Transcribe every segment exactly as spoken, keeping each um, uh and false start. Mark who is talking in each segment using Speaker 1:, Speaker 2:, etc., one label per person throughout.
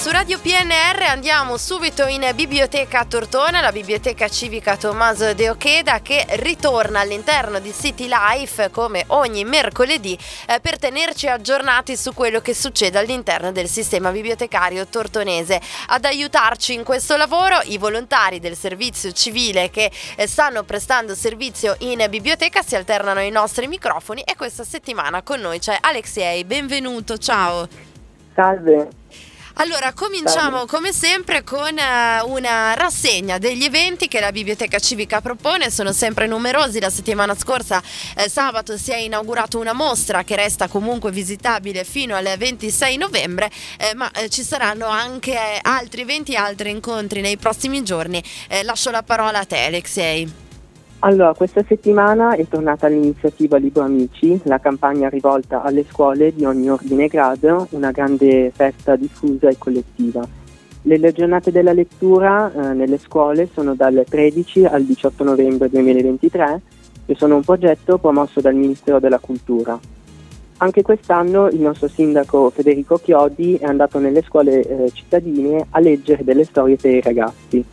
Speaker 1: Su Radio P N R andiamo subito in biblioteca a Tortona, la biblioteca civica Tommaso de Oqueda, che ritorna all'interno di City Life come ogni mercoledì eh, per tenerci aggiornati su quello che succede all'interno del sistema bibliotecario tortonese. Ad aiutarci in questo lavoro i volontari del servizio civile che eh, stanno prestando servizio in biblioteca, si alternano ai nostri microfoni e questa settimana con noi c'è Alexei. Benvenuto, ciao.
Speaker 2: Salve.
Speaker 1: Allora, cominciamo come sempre con uh, una rassegna degli eventi che la Biblioteca Civica propone. Sono sempre numerosi. La settimana scorsa, eh, sabato, si è inaugurato una mostra che resta comunque visitabile fino al ventisei novembre, eh, ma eh, ci saranno anche eh, altri eventi, altri incontri nei prossimi giorni. Eh, lascio la parola a te, Alexei.
Speaker 2: Allora, questa settimana è tornata l'iniziativa Libro Amici, la campagna rivolta alle scuole di ogni ordine e grado, una grande festa diffusa e collettiva. Le, le giornate della lettura eh, nelle scuole sono dal tredici al diciotto novembre duemilaventitré e sono un progetto promosso dal Ministero della Cultura. Anche quest'anno il nostro sindaco Federico Chiodi è andato nelle scuole eh, cittadine a leggere delle storie per i ragazzi.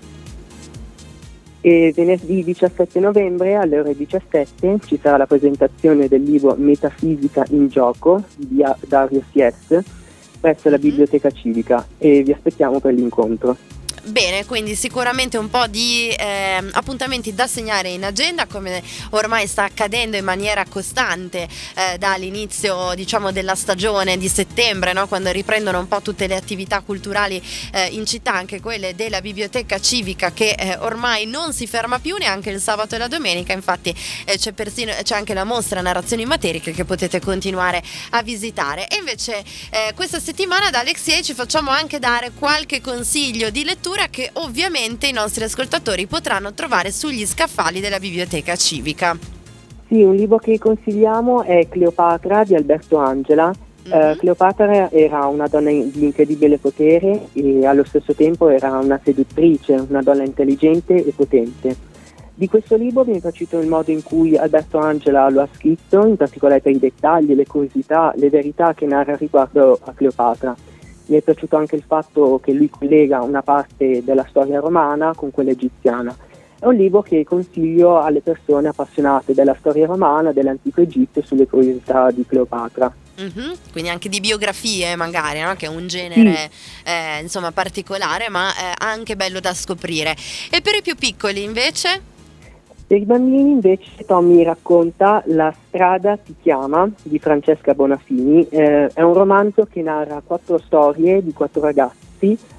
Speaker 2: E venerdì diciassette novembre alle ore diciassette ci sarà la presentazione del libro Metafisica in gioco di Dario Sies presso la Biblioteca Civica e vi aspettiamo per l'incontro.
Speaker 1: Bene, quindi sicuramente un po' di eh, appuntamenti da segnare in agenda, come ormai sta accadendo in maniera costante eh, dall'inizio, diciamo, della stagione di settembre, no? Quando riprendono un po' tutte le attività culturali eh, in città, anche quelle della biblioteca civica, che eh, ormai non si ferma più neanche il sabato e la domenica. Infatti eh, c'è persino c'è anche la mostra Narrazioni Materiche che potete continuare a visitare. E invece eh, questa settimana da Alexei ci facciamo anche dare qualche consiglio di lettura che ovviamente i nostri ascoltatori potranno trovare sugli scaffali della biblioteca civica.
Speaker 2: Sì, un libro che consigliamo è Cleopatra di Alberto Angela. Mm-hmm. Uh, Cleopatra era una donna di incredibile potere e allo stesso tempo era una seduttrice, una donna intelligente e potente. Di questo libro mi è piaciuto il modo in cui Alberto Angela lo ha scritto, in particolare per i dettagli, le curiosità, le verità che narra riguardo a Cleopatra. Mi è piaciuto anche il fatto che lui collega una parte della storia romana con quella egiziana. È un libro che consiglio alle persone appassionate della storia romana, dell'antico Egitto e sulle curiosità di Cleopatra.
Speaker 1: Mm-hmm. Quindi anche di biografie magari, no? Che è un genere sì. eh, insomma particolare, ma eh, anche bello da scoprire. E per i più piccoli invece?
Speaker 2: Per i bambini invece Tommy racconta La strada ti chiama di Francesca Bonafini. Eh, è un romanzo che narra quattro storie di quattro ragazzi eh,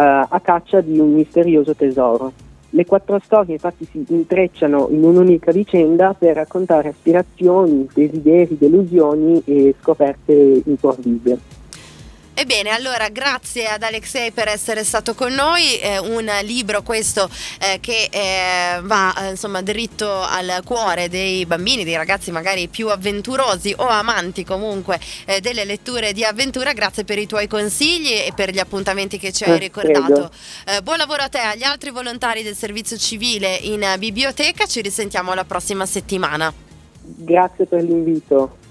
Speaker 2: a caccia di un misterioso tesoro. Le quattro storie infatti si intrecciano in un'unica vicenda per raccontare aspirazioni, desideri, delusioni e scoperte improvvide.
Speaker 1: Ebbene, allora grazie ad Alexei per essere stato con noi, eh, un libro questo eh, che eh, va eh, insomma dritto al cuore dei bambini, dei ragazzi magari più avventurosi o amanti comunque eh, delle letture di avventura. Grazie per i tuoi consigli e per gli appuntamenti che ci hai eh, ricordato. Eh, buon lavoro a te e agli altri volontari del servizio civile in biblioteca, ci risentiamo la prossima settimana.
Speaker 2: Grazie per l'invito.